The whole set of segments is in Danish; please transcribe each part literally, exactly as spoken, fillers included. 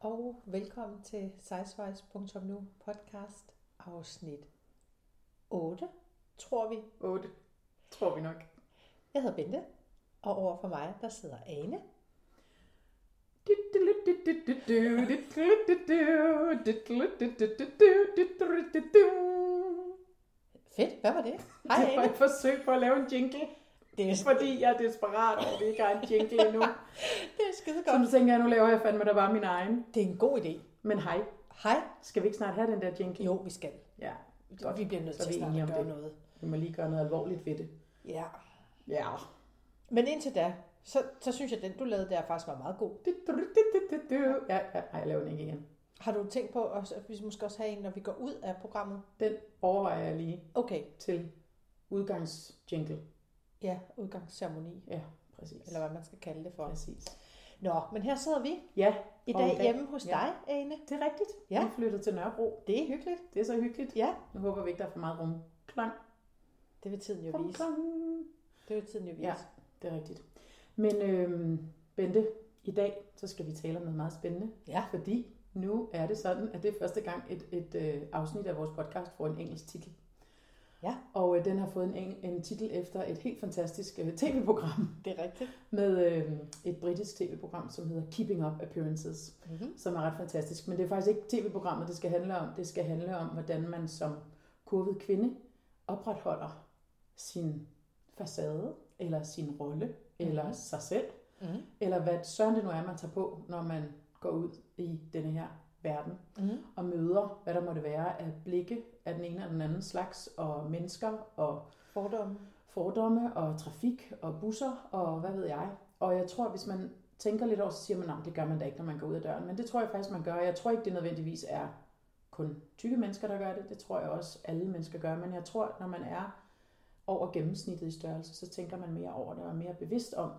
og velkommen til sizewise punktum nu podcast afsnit otte, tror vi. otte, tror vi nok. Jeg hedder Bente, og over for mig, der sidder Ane. Fedt, hvad var det? Hej, det var et forsøg på at lave en jingle. Det er fordi jeg er desperat over, at vi ikke har en jingle endnu. Det er skide godt. Så nu tænker jeg, nu laver jeg fandme der bare min egen. Det er en god idé. Men hej. Hej. Skal vi ikke snart have den der jingle? Jo, vi skal. Ja. Godt. Vi bliver nødt til at snart at gøre noget. Vi må lige gøre noget alvorligt ved det. Ja. Ja. Men indtil da, så, så synes jeg, at den du lavede der faktisk var meget god. Ja, ja, jeg laver den ikke igen. Har du tænkt på, at vi måske også have en, når vi går ud af programmet? Den overvejer jeg lige Okay. til udgangsjingle. Ja, udgangsceremoni. Ja, præcis. Eller hvad man skal kalde det for. Præcis. Nå, men her sidder vi. Ja. I dag hjemme hos ja. dig, Ane. Det er rigtigt. Ja. Vi flytter til Nørrebro. Det er hyggeligt. Det er så hyggeligt. Ja. Nu håber vi ikke, der er for meget rumklang. Det vil tiden jo Rum, vise. klang. Det vil tiden jo vise. Ja, det er rigtigt. Men øhm, Bente, i dag så skal vi tale om noget meget spændende. Ja. Fordi nu er det sådan, at det er første gang et, et øh, afsnit af vores podcast får en engelsk titel. Ja. Og øh, den har fået en, en titel efter et helt fantastisk øh, tv-program. Det er rigtigt. Med øh, et britisk tv-program, som hedder Keeping Up Appearances. Mm-hmm. Som er ret fantastisk. Men det er faktisk ikke tv-programmet, det skal handle om. Det skal handle om, hvordan man som kurvet kvinde opretholder sin facade, eller sin rolle, mm-hmm. eller sig selv. Mm-hmm. Eller hvad søren det nu er, man tager på, når man går ud i denne her verden. Mm-hmm. Og møder, hvad der måtte være af blikke af den ene og den anden slags, og mennesker, og fordomme, fordomme og trafik, og busser, og hvad ved jeg. Og jeg tror, hvis man tænker lidt over, så siger man, nej, det gør man da ikke, når man går ud af døren. Men det tror jeg faktisk, man gør. Jeg tror ikke, det nødvendigvis er kun tykke mennesker, der gør det. Det tror jeg også, alle mennesker gør. Men jeg tror, når man er over gennemsnittet i størrelse, så tænker man mere over det, og er mere bevidst om,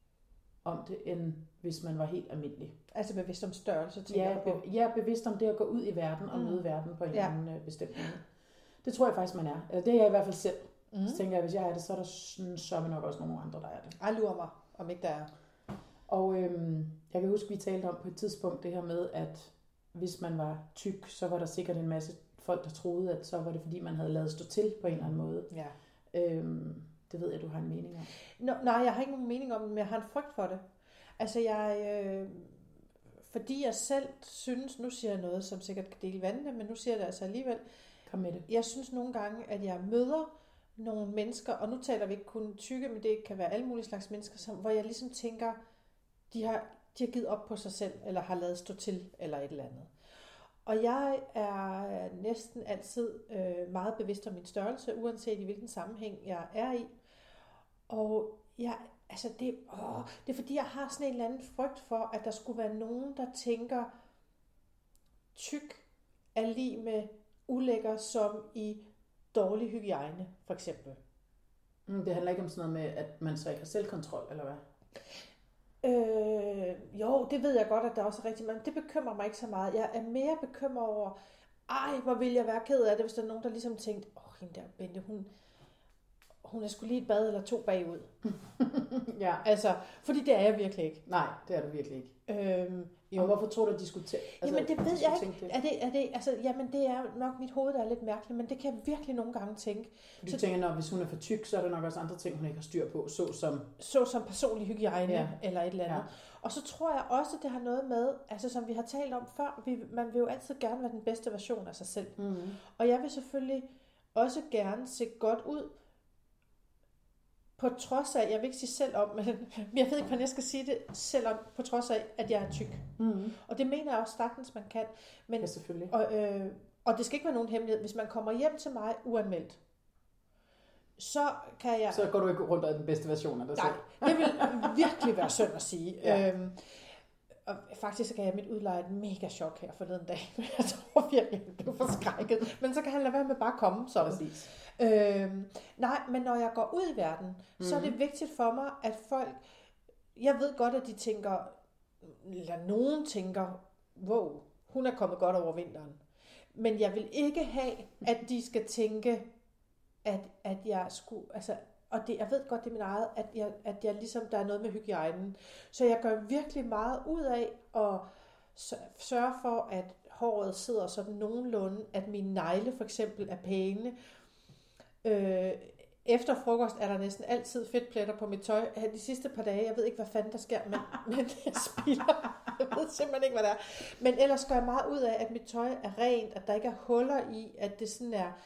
om det, end hvis man var helt almindelig. Altså bevidst om størrelse, tænker ja, på? Be- ja, bevidst om det at gå ud i verden og mm. møde verden på en eller anden ja. bestemt måde. Det tror jeg faktisk, man er. Eller det er jeg i hvert fald selv. Mm. Så tænker jeg, hvis jeg er det, så er der sådan, så er nok også nogle andre, der er det. Ej, lurer mig, om ikke der er. Og øhm, jeg kan huske, vi talte om på et tidspunkt det her med, at hvis man var tyk, så var der sikkert en masse folk, der troede, at så var det, fordi man havde lavet stå til på en eller anden måde. Ja. Øhm, det ved jeg, du har en mening om. Nå, nej, jeg har ikke nogen mening om det, men jeg har en frygt for det. Altså jeg, øh, fordi jeg selv synes, nu siger jeg noget, som sikkert kan dele vandene, men nu siger jeg det altså alligevel. Kom med det. Jeg synes nogle gange, at jeg møder nogle mennesker, og nu taler vi ikke kun tykke, men det kan være alle mulige slags mennesker, som, hvor jeg ligesom tænker, de har, de har givet op på sig selv, eller har lavet stå til, eller et eller andet. Og jeg er næsten altid øh, meget bevidst om min størrelse, uanset i hvilken sammenhæng jeg er i. Og jeg, altså det, åh, det er fordi, jeg har sådan en eller anden frygt for, at der skulle være nogen, der tænker, tyk er lige med ulækker som i dårlig hygiejne, for eksempel. Mm, det handler ikke om sådan noget med, at man så ikke har selvkontrol, eller hvad? Øh, jo, det ved jeg godt, at der også er rigtig mange. Det bekymrer mig ikke så meget. Jeg er mere bekymret over, ej, hvor vil jeg være ked af det, hvis der er nogen, der ligesom tænkte, åh, hende der Bente, hun, hun er sgu lige et bad eller to bagud. Ja. Altså, fordi det er jeg virkelig ikke. Nej, det er du virkelig ikke. Øhm, jo. Og hvorfor tror du, at de skulle tænke altså, jamen, det ved jeg ikke. Det? Er det, er det, altså, jamen, det er nok mit hoved, der er lidt mærkeligt, men det kan jeg virkelig nogle gange tænke. Du så, tænker, når hvis hun er for tyk, så er der nok også andre ting, hun ikke har styr på, så som... Så som personlig hygiejne, ja. Eller et eller andet. Ja. Og så tror jeg også, det har noget med, altså som vi har talt om før, vi, man vil jo altid gerne være den bedste version af sig selv. Mm-hmm. Og jeg vil selvfølgelig også gerne se godt ud, på trods af, jeg vil ikke sige selv om, men jeg ved ikke, hvordan jeg skal sige det, selvom på trods af, at jeg er tyk. Mm-hmm. Og det mener jeg også sagtens, man kan. Men, ja, selvfølgelig. Og, øh, og det skal ikke være nogen hemmelighed. Hvis man kommer hjem til mig uanmeldt, så kan jeg... Så går du ikke rundt af den bedste version af dig selv. Nej, det vil virkelig være synd at sige. Ja. Øhm, og faktisk så kan jeg mit udleje et mega chok her forleden dag. Jeg tror virkelig, jeg blev forskrækket. Men så kan han lade være med bare at komme sådan. Præcis. Øhm, nej, men når jeg går ud i verden, mm-hmm. så er det vigtigt for mig, at folk... Jeg ved godt, at de tænker... Eller nogen tænker, wow, hun er kommet godt over vinteren. Men jeg vil ikke have, at de skal tænke, at, at jeg skulle... Altså, og det, jeg ved godt, det er min eget, at jeg, at jeg ligesom, der er noget med hygiejnen. Så jeg gør virkelig meget ud af at sørge for, at håret sidder sådan nogenlunde, at mine negle for eksempel er pæne. Øh, efter frokost er der næsten altid fedtpletter på mit tøj. De sidste par dage, jeg ved ikke, hvad fanden der sker, men, men jeg spilder. Jeg ved simpelthen ikke, hvad der er. Men ellers gør jeg meget ud af, at mit tøj er rent, at der ikke er huller i, at det sådan er...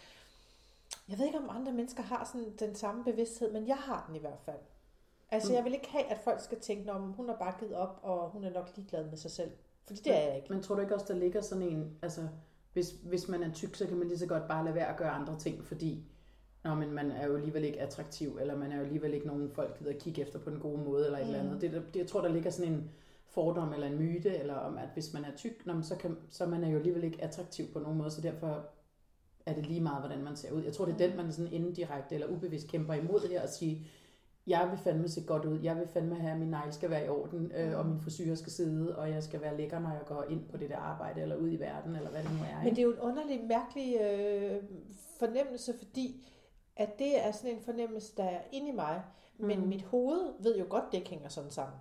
Jeg ved ikke, om andre mennesker har sådan den samme bevidsthed, men jeg har den i hvert fald. Altså, jeg vil ikke have, at folk skal tænke, om hun har bare givet op, og hun er nok ligeglad med sig selv. Fordi det er jeg ikke. Men tror du ikke også, der ligger sådan en... Altså, hvis, hvis man er tyk, så kan man lige så godt bare lade være at gøre andre ting, fordi nå, men man er jo alligevel ikke attraktiv, eller man er jo alligevel ikke nogen folk gider at kigge efter på den gode måde, eller et mm. eller andet. Det, det, jeg tror, der ligger sådan en fordom eller en myte, eller om, at hvis man er tyk, nå, så, kan, så man er jo alligevel ikke attraktiv på nogen måde, så derfor er det lige meget, hvordan man ser ud. Jeg tror, det er den, man sådan indirekte eller ubevidst kæmper imod her, og sige, jeg vil fandme se godt ud, jeg vil fandme have, at min negle skal være i orden, øh, og min frisyr skal sidde, og jeg skal være lækker, når jeg går ind på det der arbejde, eller ud i verden, eller hvad det nu er. Ikke? Men det er jo en underlig, mærkelig øh, fornemmelse, fordi at det er sådan en fornemmelse, der er inde i mig, men mm. mit hoved ved jo godt, det ikke hænger sådan sammen.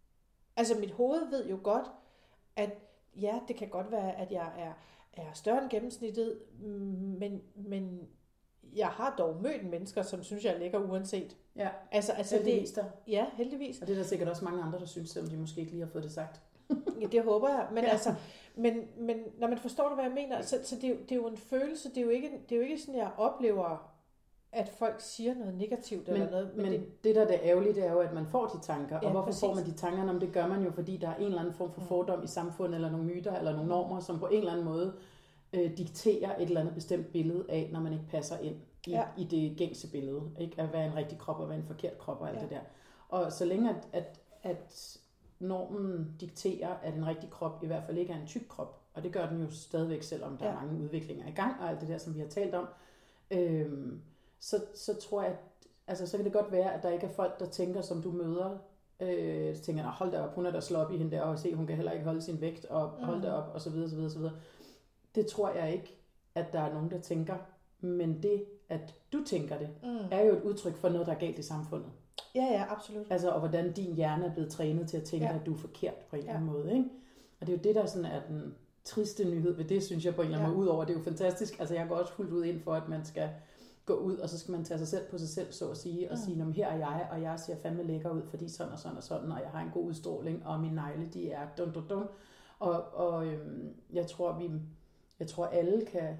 Altså mit hoved ved jo godt, at ja, det kan godt være, at jeg er, er større end gennemsnittet, men, men jeg har dog mødt mennesker, som synes, jeg er lækker uanset. Ja, altså, altså heldigvis det, ja, heldigvis. Og det er der sikkert også mange andre, der synes, selvom de måske ikke lige har fået det sagt. Ja, det håber jeg. Men ja. altså, men, men når man forstår det, hvad jeg mener, så, så det, er jo, det er jo en følelse, det er jo ikke, det er jo ikke sådan, jeg oplever, at folk siger noget negativt men, eller noget. Men, men det, det der er det ærgerlige, det er jo, at man får de tanker. Ja, og hvorfor præcis. får man de tanker? Om det gør man jo, fordi der er en eller anden form for fordom i samfundet, eller nogle myter, eller nogle normer, som på en eller anden måde øh, dikterer et eller andet bestemt billede af, når man ikke passer ind i, ja. i det gængse billede. Ikke? At være en rigtig krop, og være en forkert krop, og alt ja. det der. Og så længe at, at, at normen dikterer, at en rigtig krop i hvert fald ikke er en tyk krop, og det gør den jo stadigvæk, selvom der ja. er mange udviklinger i gang, og alt det der, som vi har talt om, øh, Så, så tror jeg, at, altså, så kan det godt være, at der ikke er folk, der tænker, som du møder, øh, tænker, hold da op, hun er der slå op i hende der, og se, hun kan heller ikke holde sin vægt, og hold da op, og så videre, så videre, så videre. Det tror jeg ikke, at der er nogen, der tænker, men det, at du tænker det, mm. er jo et udtryk for noget, der er galt i samfundet. Ja, ja, absolut. Altså, og hvordan din hjerne er blevet trænet til at tænke, ja. at du er forkert på en eller anden ja. måde, ikke? Og det er jo det, der sådan er den triste nyhed ved det, synes jeg på en eller anden ja. måde, udover, det er jo fantastisk. Altså, jeg går også fuldt ud ind for, at man skal gå ud, og så skal man tage sig selv på sig selv, så at sige, og mm. sige, her er jeg, og jeg ser fandme lækker ud, fordi sådan og sådan og sådan, og jeg har en god udstråling, og mine negle, de er dum, dum, dum. Og, og øhm, jeg tror, vi, jeg tror, alle kan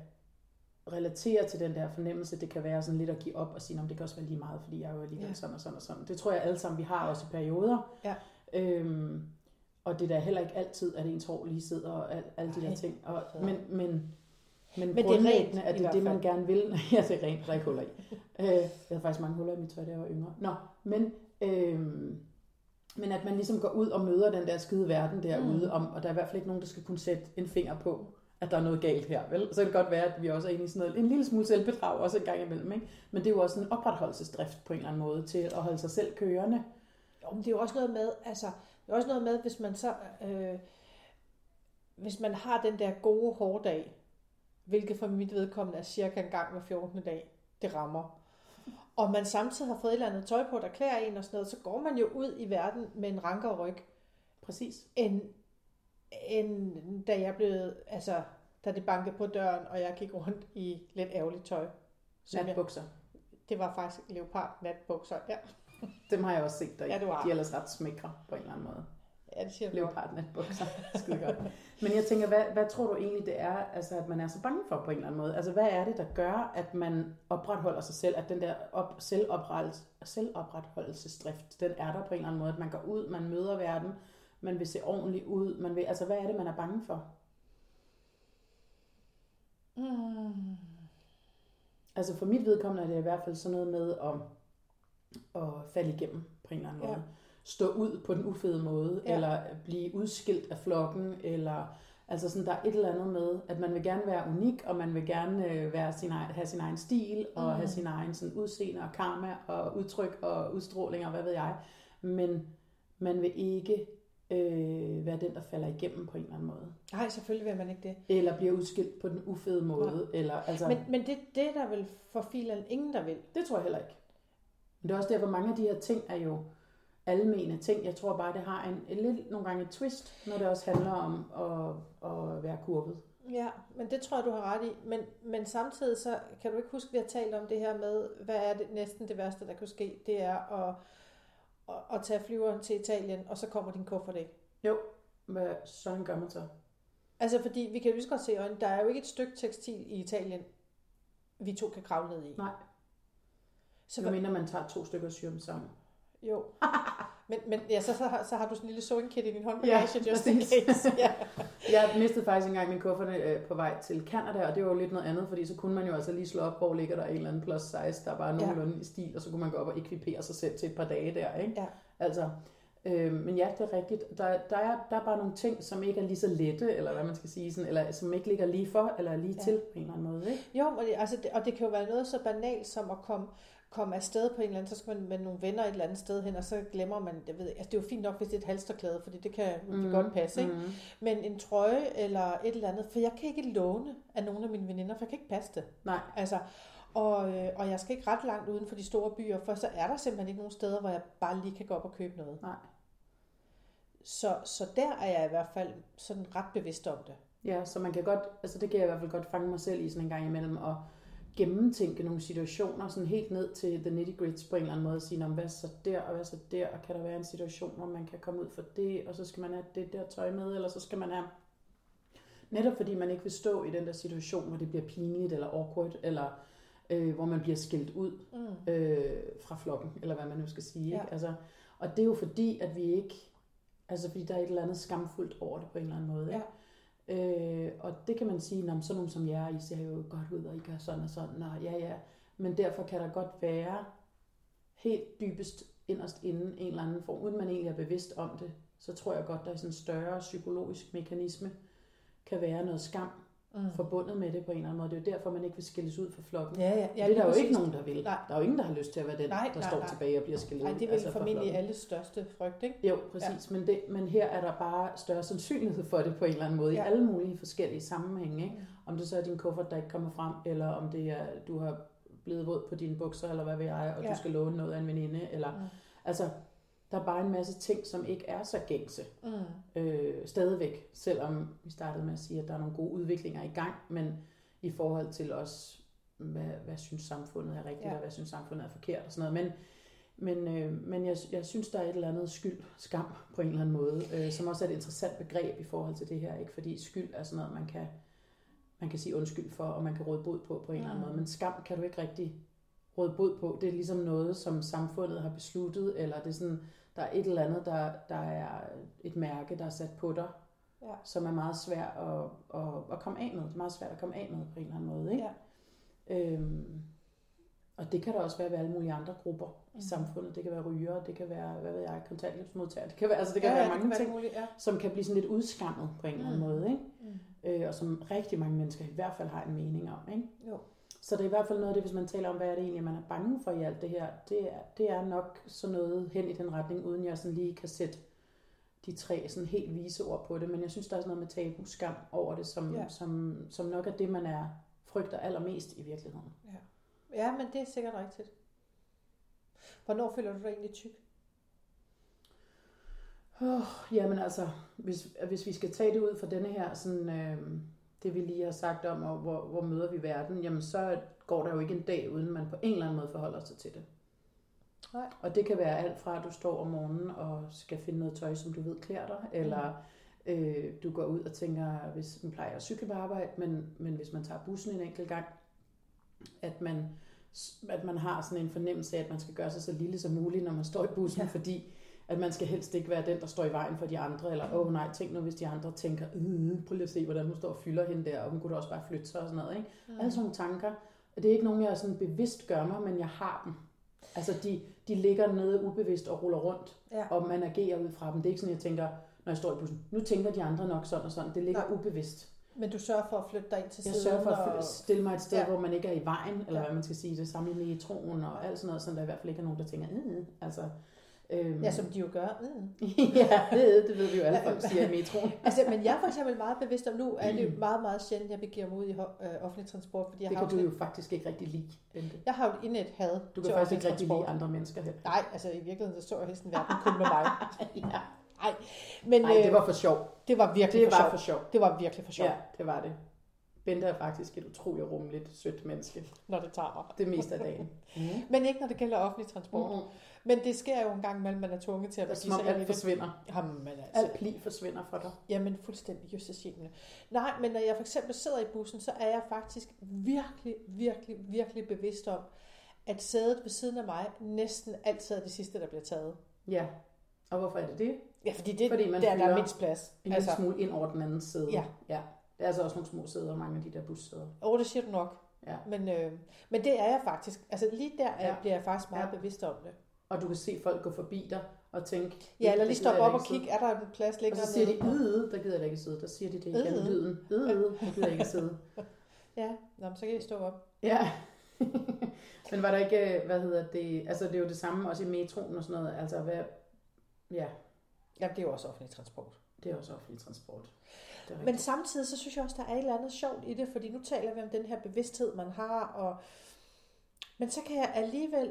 relatere til den der fornemmelse. Det kan være sådan lidt at give op og sige, det kan også være lige meget, fordi jeg er jo alligevel ja. sådan og sådan og sådan. Det tror jeg alle sammen, vi har også i perioder. Ja. Øhm, og det er da heller ikke altid, at ens hår lige sidder, og al, alle de der ting. Og, men, men Men, Men grundlæggende er det, er det man gerne vil. Ja, det er rent, der er ikke huller i. øh, jeg havde faktisk mange huller i mit tøj, da jeg var yngre. Nå, men, øh, men at man ligesom går ud og møder den der skide verden derude, mm. om, og der er i hvert fald ikke nogen, der skal kunne sætte en finger på, at der er noget galt her, vel? Så kan det godt være, at vi også er inde i sådan noget, en lille smule selvbedrag også en gang imellem, ikke? Men det er jo også en opretholdelsesdrift på en eller anden måde til at holde sig selv kørende. Jo, men det er jo også noget med, altså, det er også noget med, hvis man så, øh, hvis man har den der gode hårdag, hvilket for mit vedkommende er cirka en gang hver fjortende dag, det rammer. Og man samtidig har fået et eller andet tøj på, der klæder en og sådan noget, så går man jo ud i verden med en rankere ryg. Præcis. End, end da jeg blev, altså, da det bankede på døren, og jeg gik rundt i lidt ærgerligt tøj. Natbukser. Jeg, det var faktisk leopard natbukser, ja. Dem har jeg også set der. Ja, du har. De er ellers ret smækre på en eller anden måde. Ja, det siger du. Leopard natbukser. Skide godt. Men jeg tænker, hvad, hvad tror du egentlig det er, altså, at man er så bange for på en eller anden måde? Altså, hvad er det, der gør, at man opretholder sig selv, at den der op, selvoprettelse, selvopretholdelsesdrift, den er der på en eller anden måde, at man går ud, man møder verden, man vil se ordentligt ud, man vil, altså, hvad er det, man er bange for? Mm. Altså, for mit vedkommende er det i hvert fald sådan noget med at, at falde igennem på en eller anden måde. Ja. Stå ud på den ufede måde, ja. Eller blive udskilt af flokken, eller altså sådan, der er et eller andet med, at man vil gerne være unik, og man vil gerne øh, være sin egen, have sin egen stil, og mm. have sin egen sådan, udseende og karma, og udtryk og udstråling, og hvad ved jeg. Men man vil ikke øh, være den, der falder igennem på en eller anden måde. Nej, selvfølgelig vil man ikke det. Eller bliver udskilt på den ufede måde. Ja. Eller, altså, men men det, det der vil for filen ingen, der vil. Det tror jeg heller ikke. Men det er også derfor, mange af de her ting er jo almene ting. Jeg tror bare, det har en, en lidt nogle gange et twist, når det også handler om at, at være kurvet. Ja, men det tror jeg, du har ret i. Men, men samtidig så kan du ikke huske, at vi har talt om det her med, hvad er det næsten det værste, der kunne ske? Det er at, at, at tage flyveren til Italien, og så kommer din kuffert ikke. Jo, hvad sådan gør man så? Altså fordi, vi kan jo lige så godt se, at der er jo ikke et stykke tekstil i Italien, vi to kan kravle ned i. Nej. Så hvad mener man tager to stykker og syr dem sammen? Jo. Men, men ja, så, så, har, så har du sådan en lille sewing kit i din håndbagage, ja, just in case. Ja. Jeg mistede faktisk engang min kuffert øh, på vej til Canada, og det var jo lidt noget andet, fordi så kunne man jo altså lige slå op, hvor ligger der en eller anden plus size, der bare er nogenlunde ja. i stil, og så kunne man gå op og ekvipere sig selv til et par dage der, ikke? Ja. Altså, øh, men ja, det er rigtigt. Der, der, er, der er bare nogle ting, som ikke er lige så lette, eller hvad man skal sige, sådan, eller som ikke ligger lige for, eller lige ja. til på en eller anden måde, ikke? Jo, og det, altså, det, og det kan jo være noget så banalt som at komme komme afsted på en eller anden, så skal man med nogle venner et eller andet sted hen, og så glemmer man, jeg ved, altså det er jo fint nok, hvis det er et halsterklæde, fordi det kan mm, godt passe, ikke? Mm. Men en trøje eller et eller andet, for jeg kan ikke låne af nogle af mine veninder, for jeg kan ikke passe det. Nej. Altså, og, og jeg skal ikke ret langt uden for de store byer, for så er der simpelthen ikke nogen steder, hvor jeg bare lige kan gå op og købe noget. Nej. Så, så der er jeg i hvert fald sådan ret bevidst om det. Ja, så man kan godt, altså det kan jeg i hvert fald godt fange mig selv i sådan en gang imellem, og gennemtænke nogle situationer, sådan helt ned til the nitty-gritty på en eller anden måde, og sige, hvad så der, og hvad så der, og kan der være en situation, hvor man kan komme ud for det, og så skal man have det der tøj med, eller så skal man have, netop fordi man ikke vil stå i den der situation, hvor det bliver pinligt, eller awkward, eller øh, hvor man bliver skilt ud mm. øh, fra flokken, eller hvad man nu skal sige. Ja. Ikke? Altså, og det er jo fordi, at vi ikke, altså fordi der er et eller andet skamfuldt over det på en eller anden måde, ikke? Ja. Øh, og det kan man sige, når sådan nogen som jer, I ser jo godt ud, og I gør sådan og sådan, og ja, ja. Men derfor kan der godt være helt dybest inderst inden en eller anden form, uden man egentlig er bevidst om det, så tror jeg godt, der er sådan en større psykologisk mekanisme, kan være noget skam mm. forbundet med det på en eller anden måde. Det er jo derfor, man ikke vil skilles ud fra flokken. Ja, ja. Ja, det er der jo ikke nogen, der vil. Nej. Der er jo ingen, der har lyst til at være den, nej, der nej, står nej. tilbage og bliver skillet ud. Nej, det er vel altså formentlig alles største frygt, ikke? Jo, præcis. Ja. Men, det, men her er der bare større sandsynlighed for det på en eller anden måde, ja. I alle mulige forskellige sammenhænge. Ikke? Om det så er din kuffert, der ikke kommer frem, eller om det er, du har blevet våd på dine bukser, eller hvad ved jeg, og ja. Du skal låne noget af en veninde. Eller, mm. Altså, der er bare en masse ting, som ikke er så gængse. Mm. Øh, stadigvæk, selvom vi startede med at sige, at der er nogle gode udviklinger i gang, men i forhold til også, hvad, hvad synes samfundet er rigtigt, ja. Og hvad synes samfundet er forkert og sådan noget. Men, men, øh, men jeg, jeg synes, der er et eller andet skyld, skam på en eller anden måde, øh, som også er et interessant begreb i forhold til det her, ikke? Fordi skyld er sådan noget, man kan, man kan sige undskyld for, og man kan råde bod på på en mm. eller anden måde. Men skam kan du ikke rigtig råde bod på. Det er ligesom noget, som samfundet har besluttet, eller det er sådan, der er et eller andet, der, der er et mærke, der er sat på dig, ja. Som er meget svært at, at, at komme af med. Det er meget svært at komme af med på en eller anden måde, ikke? Ja. Øhm, og det kan der også være ved alle mulige andre grupper mm. i samfundet. Det kan være rygere, det kan være, hvad ved jeg, kontanthjælpsmodtagere. Det kan være, altså det kan ja, være mange kan ting, være muligt, ja. Som kan blive sådan lidt udskammet på en eller anden mm. måde, ikke? Mm. Øh, og som rigtig mange mennesker i hvert fald har en mening om, ikke? Jo. Så det er i hvert fald noget af det, hvis man taler om, hvad er det egentlig, man er bange for i alt det her. Det er, det er nok sådan noget hen i den retning, uden jeg sådan lige kan sætte de tre sådan helt vise ord på det. Men jeg synes, der er sådan noget med tabu, skam over det, som, ja. som, som nok er det, man er frygter allermest i virkeligheden. Ja. Ja, men det er sikkert rigtigt. Hvornår føler du dig egentlig tyk? Oh, jamen altså, hvis, hvis vi skal tage det ud fra denne her, sådan, øh, det vi lige har sagt om, og hvor, hvor møder vi verden, jamen så går der jo ikke en dag, uden man på en eller anden måde forholder sig til det. Nej. Og det kan være alt fra, at du står om morgenen og skal finde noget tøj, som du ved klæder dig, eller mm. øh, du går ud og tænker, hvis man plejer at cykle på arbejde, men, men hvis man tager bussen en enkelt gang, at man, at man har sådan en fornemmelse af, at man skal gøre sig så lille som muligt, når man står i bussen, ja. Fordi at man skal helst ikke være den, der står i vejen for de andre, eller åh oh, nej, tænk nu, hvis de andre tænker, øh, prøv lige at se, hvordan hun står og fylder hende der, og hun kunne da også bare flytte sig og sådan noget, ikke? Mm. Alle sådan nogle tanker, det er ikke nogen, jeg sådan bevidst gør mig, men jeg har dem. Altså, de, de ligger nede ubevidst og ruller rundt, ja. Og man agerer ud fra dem. Det er ikke sådan, jeg tænker, når jeg står i bussen, nu tænker de andre nok sådan og sådan, det ligger nej. Ubevidst. Men du sørger for at flytte dig ind til siden? Jeg sørger for at og... stille mig et sted, ja. Hvor man ikke er i vejen, eller ja. Hvad man skal sige, det samme i metroen og alt sådan noget, så der i hvert fald ikke er nogen, der tænker, øh, altså... Øhm, Ja, som de jo gør. Mm. ja, det, det ved vi jo alle folk siger i metroen. Altså, men jeg er for eksempel meget bevidst om, nu er det jo meget, meget sjældent, jeg begiver mig ud i øh, offentlig transport, fordi jeg Det har kan du jo jo faktisk ikke rigtig lide, Bente. Jeg har jo et indet had Du til kan faktisk ikke offentlig rigtig transport. lide andre mennesker heller. Nej, altså i virkeligheden, så står jeg hesten verden kun med mig. ja. Nej, men Nej, det var for sjov. Det var virkelig det for, var sjov. for sjov. Det var virkelig for sjov. Ja, det var det. Bente er faktisk et utroligt rummeligt, sødt menneske. Når det tager mig. Det meste af dagen. Mm. Men ikke når det gælder offentlig transport. Mm-hmm. Men det sker jo en gang imellem, man er tvunget til at begive sig ind i det. forsvinder. Jamen, altså. Alt pli forsvinder fra dig. Jamen fuldstændig justitiemende. Nej, men når jeg for eksempel sidder i bussen, så er jeg faktisk virkelig, virkelig, virkelig bevidst om, at sædet ved siden af mig næsten altid er det sidste, der bliver taget. Ja, og hvorfor er det det? Ja, fordi det fordi man der, der er mindst plads. En altså, lille smule ind over den anden side. Ja. ja. Der er altså også nogle små sæder, mange af de der bussæder. Åh, oh, det siger du nok. Ja. Men, øh, men det er jeg faktisk. Altså lige der ja. bliver jeg faktisk meget ja. bevidst om det. Og du kan se folk gå forbi dig og tænke... Ja, eller lige stoppe op og kigge, er der en plads længere nede? Og så siger de, ide, der gider jeg ikke sidde. Der siger de det igen, Ide. lyden. Ide, der gider jeg ikke sidde. Ja, nå, så kan I stå op. Ja. Men var der ikke, hvad hedder det... Altså det er jo det samme også i metroen og sådan noget. Altså hvad... Ja. Ja, det er jo også offentlig transport. Det er også offentlig transport. Men samtidig, så synes jeg også, der er et eller andet sjovt i det, fordi nu taler vi om den her bevidsthed, man har, og men så kan jeg alligevel,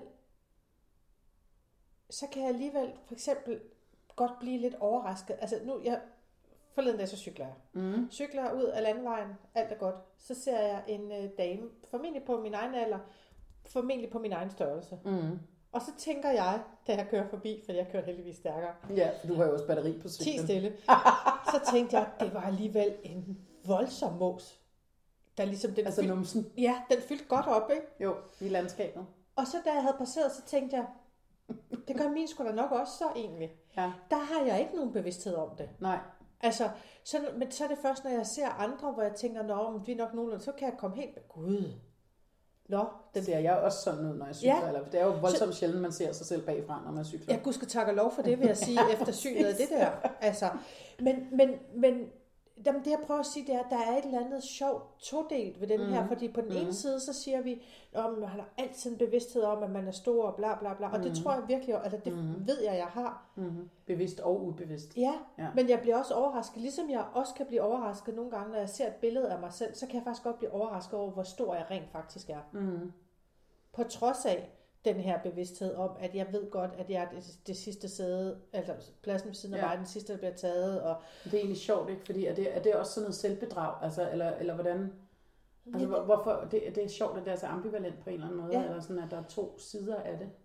så kan jeg alligevel for eksempel godt blive lidt overrasket. Altså nu, jeg, forleden dag så cykler jeg. Mm. Cykler ud af landvejen, alt er godt. Så ser jeg en øh, dame, formentlig på min egen alder, formentlig på min egen størrelse. Mm. Og så tænker jeg, da jeg kører forbi, for jeg kører heldigvis stærkere. Ja, for du har jo også batteri på cyklen. ti stille. Så tænkte jeg, det var alligevel en voldsom mås. Der ligesom den altså fyld... numsen? Ja, den fyldte godt op, ikke? Jo, i landskabet. Og så da jeg havde passeret, så tænkte jeg, det gør min sgu da nok også så egentlig. Ja. Der har jeg ikke nogen bevidsthed om det. Nej. Altså, så, men så er det først, når jeg ser andre, hvor jeg tænker, nå, men vi er nok nogenlunde, så kan jeg komme helt, gud. Nå, den ser jeg også sådan ud, når jeg cykler. Ja. Eller, det er jo voldsomt så, sjældent, man ser sig selv bagfra, når man cykler. Ja, gud skal takke lov for det, vil jeg sige, efter synet af det der. Altså, men, men, men jamen, det jeg prøver at sige, det er, at der er et eller andet sjovt todelt ved den mm. her, fordi på den mm. ene side, så siger vi, at man har altid en bevidsthed om, at man er stor og bla bla bla, og mm. det tror jeg virkelig, altså det mm. ved jeg, jeg har. Mm. Bevidst og ubevidst. Ja, ja, men jeg bliver også overrasket, ligesom jeg også kan blive overrasket nogle gange, når jeg ser et billede af mig selv, så kan jeg faktisk godt blive overrasket over, hvor stor jeg rent faktisk er. Mm. På trods af den her bevidsthed om, at jeg ved godt, at jeg er det, det sidste sæde, altså pladsen ved siden af ja. mig, den sidste, der bliver taget. Og det er egentlig sjovt, ikke? Fordi er det, er det også sådan noget selvbedrag, altså, eller, eller hvordan, altså ja. hvorfor, det, det er sjovt, at det er så ambivalent på en eller anden måde, ja. Eller sådan, at der er to sider af det.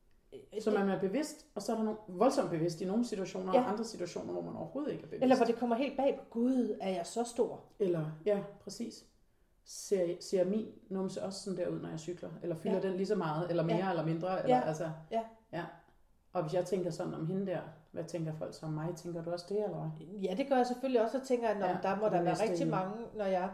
Så man er bevidst, og så er der nogle voldsomt bevidst i nogle situationer, ja. Og andre situationer, hvor man overhovedet ikke er bevidst. Eller hvor det kommer helt bag på, gud, er jeg så stor? Eller, ja, præcis. Ser, ser min numse også sådan der ud, når jeg cykler? Eller fylder ja. Den lige så meget, eller mere, ja. Eller mindre? Eller, ja. Altså, ja. ja. Og hvis jeg tænker sådan om hende der, hvad tænker folk så om mig? Tænker du også det, eller hvad? Ja, det gør jeg selvfølgelig også, og tænker, at ja, der må der være rigtig mange, når jeg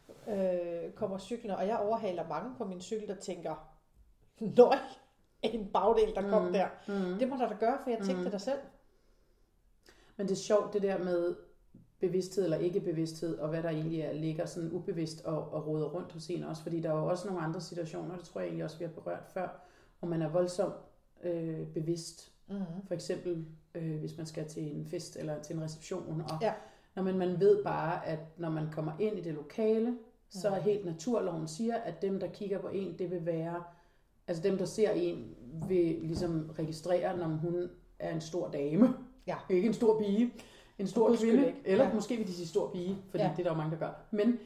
øh, kommer cyklende, og jeg overhaler mange på min cykel, der tænker, nøj, en bagdel, der kom mm. der. Mm. Det må der da gøre, for jeg tænkte mm. det selv. Men det er sjovt, det der med bevidsthed eller ikke bevidsthed, og hvad der egentlig er, ligger sådan ubevidst og, og råder rundt hos en også, fordi der er jo også nogle andre situationer, det tror jeg egentlig også, vi har berørt før, hvor man er voldsomt øh, bevidst. Mm-hmm. For eksempel, øh, hvis man skal til en fest eller til en reception, og ja. Når man, man ved bare, at når man kommer ind i det lokale, mm. så er helt naturloven siger, at dem, der kigger på en, det vil være, altså dem, der ser en, vil ligesom registrere, når hun er en stor dame, ja. Ikke en stor pige, en stor kvinde, eller ja. Måske vil de sige stor pige, fordi ja. Det er der jo mange, der gør. Men,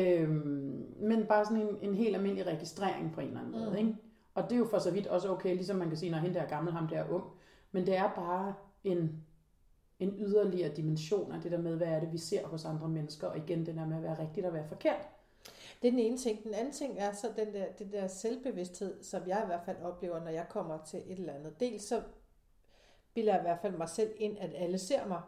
øhm, men bare sådan en, en helt almindelig registrering på en eller anden måde. Mm. Ikke? Og det er jo for så vidt også okay, ligesom man kan sige, når hende der er gammel, ham der er ung. Men det er bare en, en yderligere dimension af det der med, hvad er det, vi ser hos andre mennesker. Og igen, det der med at være rigtigt og være forkert. Det er den ene ting. Den anden ting er så den der, det der selvbevidsthed, som jeg i hvert fald oplever, når jeg kommer til et eller andet. Dels så bilder jeg i hvert fald mig selv ind, at alle ser mig.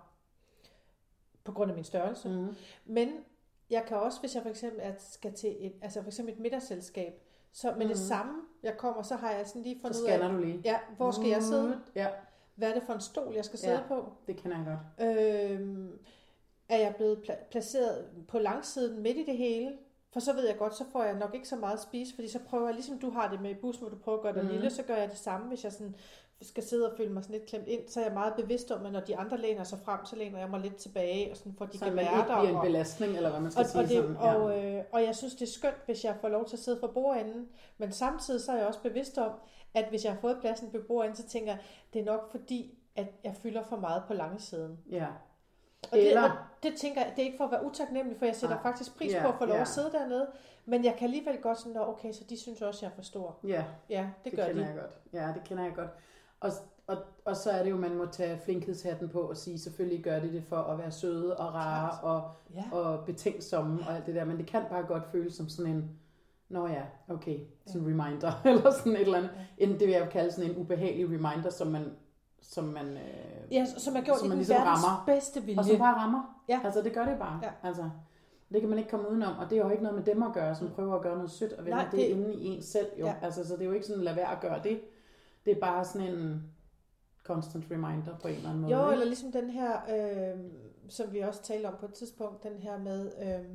På grund af min størrelse. Mm. Men jeg kan også, hvis jeg for eksempel er, skal til et, altså for eksempel et middagsselskab, så med mm. det samme, jeg kommer, så har jeg sådan lige fundet ud af, du lige. Ja, hvor skal jeg sidde? Ja. Hvad er det for en stol, jeg skal sidde ja, på? Det kender jeg godt. Øhm, er jeg blevet pla- placeret på langsiden midt i det hele? For så ved jeg godt, så får jeg nok ikke så meget at spise, fordi så prøver jeg, ligesom du har det med i bussen, hvor du prøver at gøre det mm. lille, så gør jeg det samme, hvis jeg sådan skal sidde og føle mig sådan lidt klemt ind, så er jeg meget bevidst om, at når de andre læner sig frem, så læner jeg mig lidt tilbage, og sådan for at de så kan man være ikke der. bliver en og, belastning, eller hvad man skal og, sige. og, det, sådan, ja. og, øh, og jeg synes, det er skønt, hvis jeg får lov til at sidde for bordenden, men samtidig så er jeg også bevidst om, at hvis jeg har fået pladsen på bordenden, så tænker jeg, det er nok fordi, at jeg fylder for meget på langsiden. Ja. Og det, Eller... og det tænker jeg, det er ikke for at være utaknemmelig, for jeg sætter Nej. faktisk pris Ja, på at få lov ja. at sidde dernede, men jeg kan alligevel godt sådan, nå, okay, så de synes også, jeg er for stor. Ja, Ja, det, det gør kender de. jeg godt. Ja, det kender jeg godt. Og, og, og så er det jo, man må tage flinkhedshatten på og sige, selvfølgelig gør det det for at være søde og rare og, Ja. og betænksomme og alt det der, men det kan bare godt føles som sådan en, nå ja, okay, sådan en reminder, eller sådan et eller andet. Ja. En, det vil jeg jo kalde sådan en ubehagelig reminder, som man, som man, øh, Ja, som er gjort som i man den ligesom verdens rammer. bedste vilje. Og som bare rammer. Ja. Altså det gør det bare. Ja. Altså, det kan man ikke komme udenom, og det er jo ikke noget med dem at gøre, som Mm. prøver at gøre noget sødt og vende Nej, det, det- inde i en selv. Jo. Ja. Altså, så det er jo ikke sådan, lad være at gøre det. Det er bare sådan en constant reminder på en eller anden måde. Jo, ikke? eller ligesom den her, øh, som vi også talte om på et tidspunkt, den her med, øh,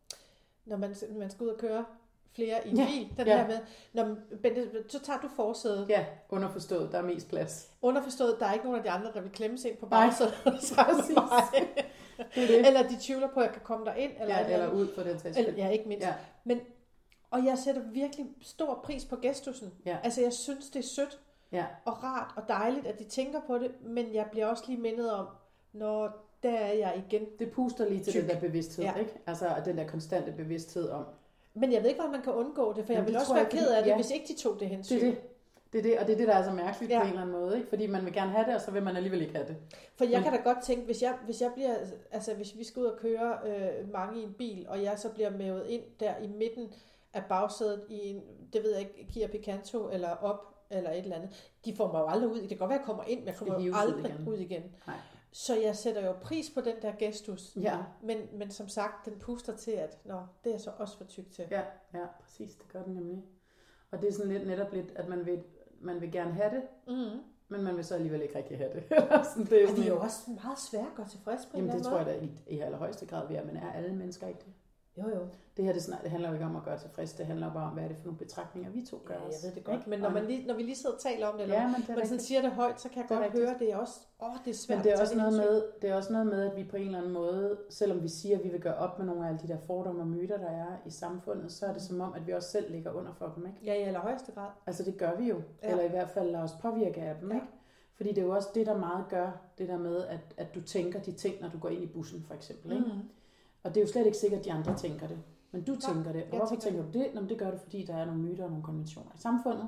når man, man skal ud og køre flere i en Ja, bil, den ja. her med, når, Bente, så tager du forsædet. Ja, underforstået, der er mest plads. Underforstået, der er ikke nogen af de andre, der vil klemme ind på Nej, bagsædet. sammen med mig. Det er det. Eller de tvivler på, at jeg kan komme derind. Eller, Ja, eller ud for den sags eller, skyld. ja, ikke mindst. Ja. Men, og jeg sætter virkelig stor pris på gestusen. Ja. Altså, jeg synes, det er sødt Ja. og rart og dejligt, at de tænker på det, men jeg bliver også lige mindet om, når der er jeg igen. Det puster lige til Tyk. den der bevidsthed, Ja. ikke? Altså og den der konstante bevidsthed om. Men jeg ved ikke, hvordan man kan undgå det, for jeg Jamen, ville det også tror være jeg, ked fordi- af det, ja. hvis ikke de tog det hensyn. Det er det. Det er det, og det er det, der er så mærkeligt Ja. på en eller anden måde, ikke? Fordi man vil gerne have det, og så vil man alligevel ikke have det. For jeg Men- kan da godt tænke, hvis jeg, hvis jeg bliver, altså hvis vi skal ud og køre øh, mange i en bil, og jeg så bliver mævet ind der i midten af bagsædet i en, det ved jeg ikke, Kia Picanto eller op, eller et eller andet. De får mig jo aldrig ud. Det kan godt være, jeg kommer ind, men jeg kommer jo hives ud aldrig igen. ud igen. Nej. Så jeg sætter jo pris på den der gestus. Ja. Men, men som sagt, den puster til, at nå, det er jeg så også for tyk til. Ja, ja, præcis, det gør den nemlig. Og det er sådan lidt netop lidt, at man vil, man vil gerne have det, Mm-hmm. men man vil så alligevel ikke rigtig have det. sådan, det er Og sådan det er jo en- også meget svært at gå tilfreds på en Jamen eller det anden tror jeg måde. da i, i allerhøjeste grad, vi er, men er alle mennesker ikke det? Jo, jo. Det her det, snart, det handler jo ikke om at gøre tilfreds, det handler bare om, hvad er det for nogle betragtninger, vi to gør Ja, jeg os, ved det godt. ikke? Men når, Og- man lige, når vi lige sidder og taler om det, eller Ja, men det er man sådan rigtigt. siger det højt, så kan jeg Det er godt rigtigt. høre, det er også, åh, det er svært Men det er, at tage også noget hensyn. med, det er også noget med, at vi på en eller anden måde, selvom vi siger, at vi vil gøre op med nogle af alle de der fordomme og myter, der er i samfundet, så er det som om, at vi også selv ligger under for dem, ikke? Ja, i allerhøjeste grad. Altså det gør vi jo, Ja. ja. eller i hvert fald lader os påvirke af dem, Ja. ikke? Fordi det er jo også det, der meget gør, det der med, at, at du tænker de ting, når du går ind i bussen, for eksempel, ikke? Mm. Og det er jo slet ikke sikkert, at de andre tænker det. Men du Nej, tænker det. Og jeg hvorfor tænker tænker du det? Nå, men det gør du, fordi der er nogle myter og nogle konventioner i samfundet.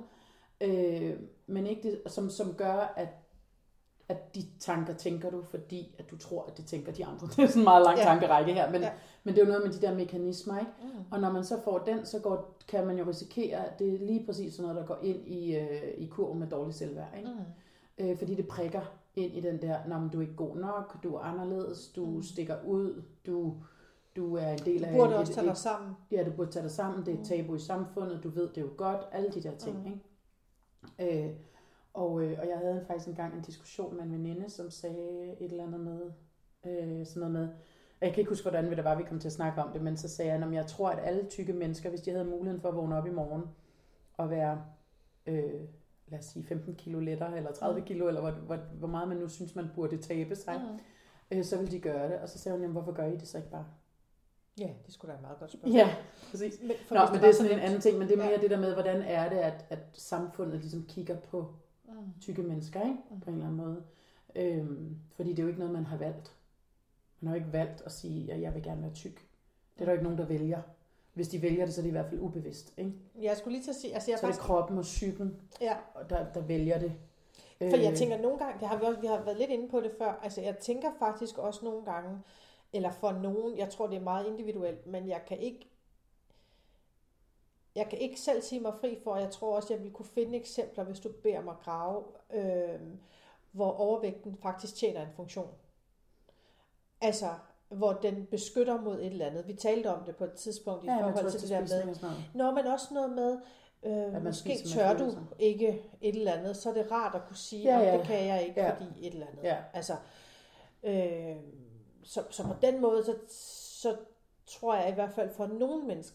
Øh, men ikke det, som, som gør, at, at de tanker tænker du, fordi at du tror, at det tænker de andre. Det er sådan en meget lang Ja. tankerække her. Men, Ja. ja. men det er jo noget med de der mekanismer, ikke? Mm. Og når man så får den, så går, kan man jo risikere, at det er lige præcis sådan noget, der går ind i, øh, i kurven med dårlig selvværd, ikke? Mm. Øh, fordi det prikker ind i den der, når du er ikke god nok, du er anderledes, du Mm. mm. stikker ud, du, du er en del Du af... burde et- også tage et- dig sammen. Ja, du burde tage dig sammen, det er Mm. et tabu i samfundet, du ved det jo godt, alle de der ting, Mm. ikke? Øh, og, øh, og jeg havde faktisk engang en diskussion med en veninde, som sagde et eller andet med, øh, sådan noget med, jeg kan ikke huske, hvordan det var, vi kom til at snakke om det, men så sagde jeg, at jeg tror, at alle tykke mennesker, hvis de havde muligheden for at vågne op i morgen, og være, øh, lad os sige, femten kilo lettere, eller tredive kilo, eller hvor, hvor, hvor meget man nu synes, man burde tabe sig, Mm. øh, så ville de gøre det. Og så sagde hun, jamen, hvorfor gør I det så ikke bare? Ja, det skulle da være meget godt spørgsmål. Ja, præcis. Men, for Nå, hvis men det var er så sådan en nemt. anden ting, men det er mere Ja. ja. det der med, hvordan er det, at, at samfundet ligesom kigger på Mm. tykke mennesker, ikke? Mm. På en eller anden måde. Øhm, fordi det er jo ikke noget, man har valgt. Man har jo ikke valgt at sige, at jeg vil gerne være tyk. Det er der jo ikke nogen, der vælger. Hvis de vælger det, så er det i hvert fald ubevidst, ikke? Jeg skulle lige til at sige, altså jeg Så er det faktisk, kroppen og psyken, ja, der, der vælger det. for jeg tænker nogle gange, det har vi også, vi har været lidt inde på det før, altså jeg tænker faktisk også nogle gange, eller for nogen, jeg tror det er meget individuelt, men jeg kan ikke, jeg kan ikke selv sige mig fri for, og jeg tror også, jeg vil kunne finde eksempler, hvis du beder mig grave, øh, hvor overvægten faktisk tjener en funktion. Altså, hvor den beskytter mod et eller andet. Vi talte om det på et tidspunkt i ja, forhold til det der med, med. Nå, men også noget med, øh, man måske spiser med tør du følelser. ikke et eller andet, så er det rart at kunne sige, Ja, at ja. det kan jeg ikke, Ja. fordi et eller andet. Ja. Altså, øh, så, så på den måde, så, så tror jeg i hvert fald for nogle mennesker,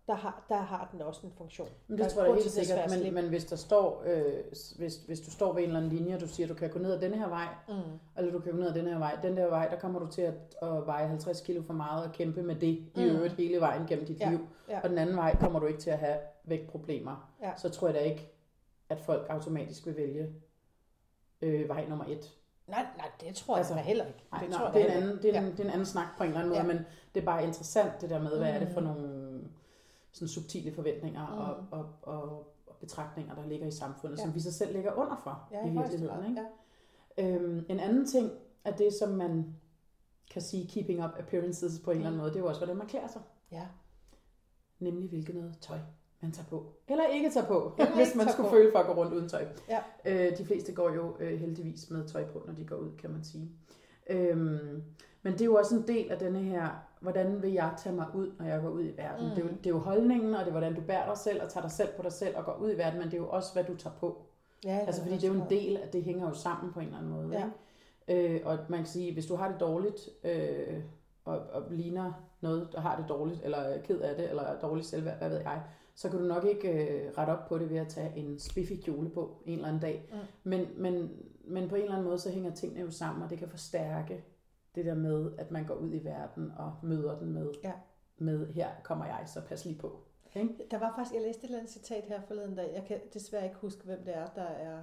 der har, der har den også en funktion. Men det tror jeg helt sikkert, men, men hvis der står, øh, hvis, hvis du står ved en eller anden linje, og du siger, du kan gå ned ad denne her vej, mm. eller du kan gå ned ad denne her vej, den der vej, der kommer du til at, at veje halvtreds kilo for meget og kæmpe med det i mm. øvrigt hele vejen gennem dit ja. liv. Ja. Og den anden vej kommer du ikke til at have vægtproblemer. Ja. Så tror jeg da ikke, at folk automatisk vil vælge øh, vej nummer et. Nej, nej, det tror jeg altså, heller ikke. Nej, det, nej, tror det, jeg er en anden, det, er en, ja. det er en anden snak på en eller anden måde, ja. men det er bare interessant det der med, hvad mm. er det for nogle sådan subtile forventninger mm. og, og, og, og betragtninger, der ligger i samfundet, ja. som vi så selv ligger under for ja, i virkeligheden. Ikke? Ja. Øhm, en anden ting er det, som man kan sige keeping up appearances på en mm. eller anden måde, det er jo også, hvordan man klæder sig. Ja. Nemlig hvilket noget tøj man tager på. Eller ikke tager på, eller hvis man skulle på. føle for at gå rundt uden tøj. Ja. Øh, de fleste går jo øh, heldigvis med tøj på, når de går ud, kan man sige. Øhm, men det er jo også en del af denne her, hvordan vil jeg tage mig ud, når jeg går ud i verden. Mm. Det, er jo, det er jo holdningen, og det er, hvordan du bærer dig selv, og tager dig selv på dig selv, og går ud i verden, men det er jo også, hvad du tager på. Ja, altså, fordi det er jo en del af, det hænger jo sammen på en eller anden måde. Ja. Ikke? Øh, og man kan sige, hvis du har det dårligt, øh, og, og ligner noget, der har det dårligt, eller er ked af det, eller er dårligt selvværd, hvad ved jeg, så kan du nok ikke øh, rette op på det ved at tage en spiffy kjole på en eller anden dag. Mm. Men, men, men på en eller anden måde, så hænger tingene jo sammen, og det kan forstærke det der med, at man går ud i verden og møder den med, ja. med her kommer jeg, så pas lige på. Okay? Der var faktisk, jeg læste et eller andet citat her forleden dag, jeg kan desværre ikke huske, hvem det er, der er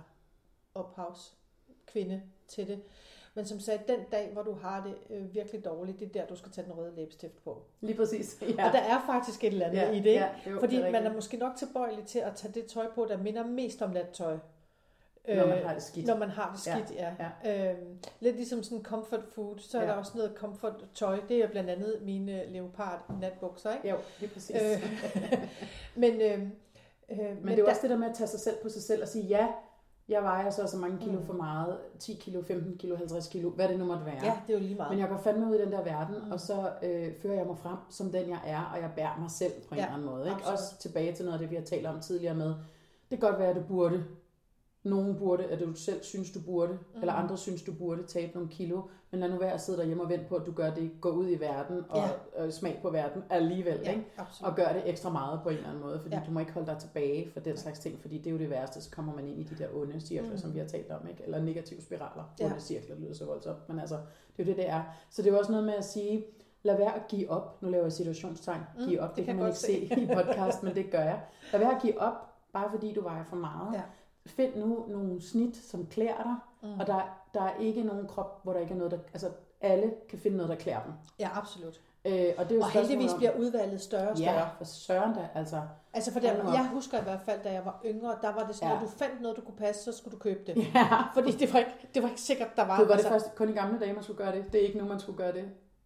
ophavskvinde til det, men som sagde, den dag, hvor du har det øh, virkelig dårligt, det er der, du skal tage den røde læbestift på. Lige præcis. Ja. Og der er faktisk et eller andet ja, i det, ja, jo, fordi det er man er måske nok tilbøjelig til at tage det tøj på, der minder mest om nattøj. Når man har det skidt. Når man har det skidt, ja. ja. ja. Øhm, lidt ligesom sådan comfort food, så er ja. der også noget comfort tøj. Det er blandt andet mine leopard natbukser, ikke? Jo, det er præcis. men, øh, øh, men, men det er jo også det der med at tage sig selv på sig selv og sige, ja, jeg vejer så så mange kilo mm. for meget, ti kilo, femten kilo, halvtreds kilo, hvad det nu måtte være. Ja, det er jo lige meget. Men jeg går fandme ud i den der verden, mm. og så øh, fører jeg mig frem som den jeg er, og jeg bærer mig selv på en ja, eller anden måde. Ikke? Også tilbage til noget af det, vi har talt om tidligere med, det kan godt være, at du burde, nogen burde, at du selv synes, du burde, mm. eller andre synes, du burde tabe nogle kilo, men lad nu være at sidde derhjemme og vente på, at du gør det, gå ud i verden og ja. øh, smag på verden alligevel, ja, ikke? Og gør det ekstra meget på en eller anden måde, fordi ja. du må ikke holde dig tilbage for den slags ting, fordi det er jo det værste, så kommer man ind i de der onde cirkler, mm. som vi har talt om, ikke? Eller negative spiraler, ja. onde cirkler, det lyder så voldsomt, men altså, det er jo det, det er. Så det er jo også noget med at sige, lad være at give op, nu laver jeg situationstegn, mm, give op, det, det kan man ikke se i podcast, men det gør jeg. Lad være at give op, bare fordi du vejer for meget. Ja. Find nu nogle snit, som klæder dig, mm. og der, der er ikke nogen krop, hvor der ikke er noget, der, altså alle kan finde noget, der klæder dem. Ja, absolut. Øh, og det er jo og heldigvis om, bliver udvalget større og større. Ja, for søren da, altså. Altså for der, jeg husker i hvert fald, da jeg var yngre, der var det sådan, ja. når du fandt noget, du kunne passe, så skulle du købe det. Ja. Fordi det var ikke, det var ikke sikkert, der var. Det var altså, det først kun i gamle dage, man skulle gøre det. Det er ikke nu, man skulle gøre det.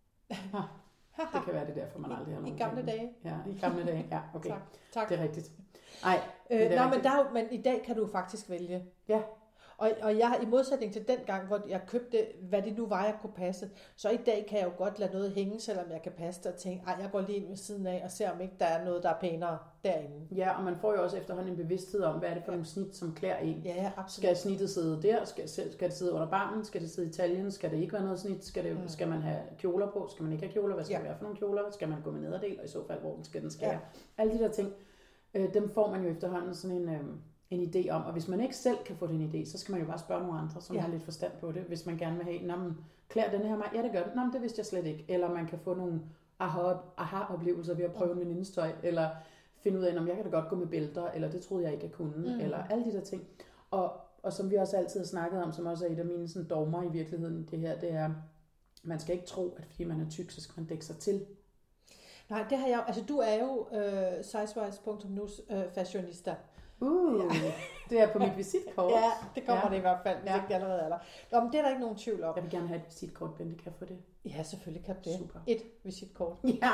Det kan være det derfor, man aldrig har nogen. I gamle penge. dage. Ja, i gamle dage. Ja, okay. Tak. tak. Det er rigtigt. Nej, øh, det er nej, men, der, men i dag kan du faktisk vælge. Ja. Og, og jeg, i modsætning til den gang, hvor jeg købte, hvad det nu var, jeg kunne passe, så i dag kan jeg jo godt lade noget hænge, selvom jeg kan passe det og tænke, ej, jeg går lige ind ved siden af og ser, om ikke der er noget, der er pænere derinde. Ja, og man får jo også efterhånden en bevidsthed om, hvad er det for ja. nogle snit, som klæder en. Ja, ja, absolut. Skal snittet sidde der? Skal, skal det sidde under barmen? Skal det sidde i taljen? Skal det ikke være noget snit? Skal, det, mm. skal man have kjoler på? Skal man ikke have kjoler? Hvad skal ja. det være for nogle kjoler? Skal man gå med nederdel? Og i så fald, hvor skal den skære? Ja. Alle de der ting, øh, dem får man jo efterhånden sådan en... Øh, en idé om, og hvis man ikke selv kan få den idé, så skal man jo bare spørge nogle andre, som ja. har lidt forstand på det, hvis man gerne vil have, nå, men klæder den her mig? Ja, det gør den. Nå, men det vidste jeg slet ikke. Eller man kan få nogle aha-oplevelser ved at prøve mm. venindens tøj, eller finde ud af, om jeg kan da godt gå med bælter, eller det troede jeg ikke, jeg kunne, mm. eller alle de der ting. Og, og som vi også altid har snakket om, som også er et af mine sådan, dogmer i virkeligheden, det her, det er, man skal ikke tro, at fordi man er tyk, så skal man dække sig til. Nej, det har jeg altså du er jo øh, sizewise punktum nu øh, fashionista. Uh, ja. Det er på mit visitkort. Ja, det kommer ja. det i hvert fald, hvis ja. ikke det allerede er der. Nå, men det er der ikke nogen tvivl om. Jeg vil gerne have et visitkort, Bente, kan jeg få det? Ja, selvfølgelig kan det. Super. Et visitkort. Ja.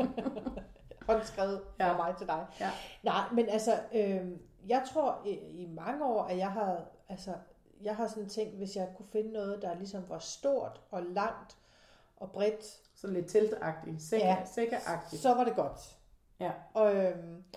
Håndskrevet fra ja. mig til dig. Ja. Nej, men altså, øh, jeg tror i, i mange år, at jeg har, altså, jeg har sådan tænkt, hvis jeg kunne finde noget, der ligesom var stort og langt og bredt. Sådan lidt teltagtigt, sække, ja. sækkeagtigt. Så var det godt. Ja. Og, øh,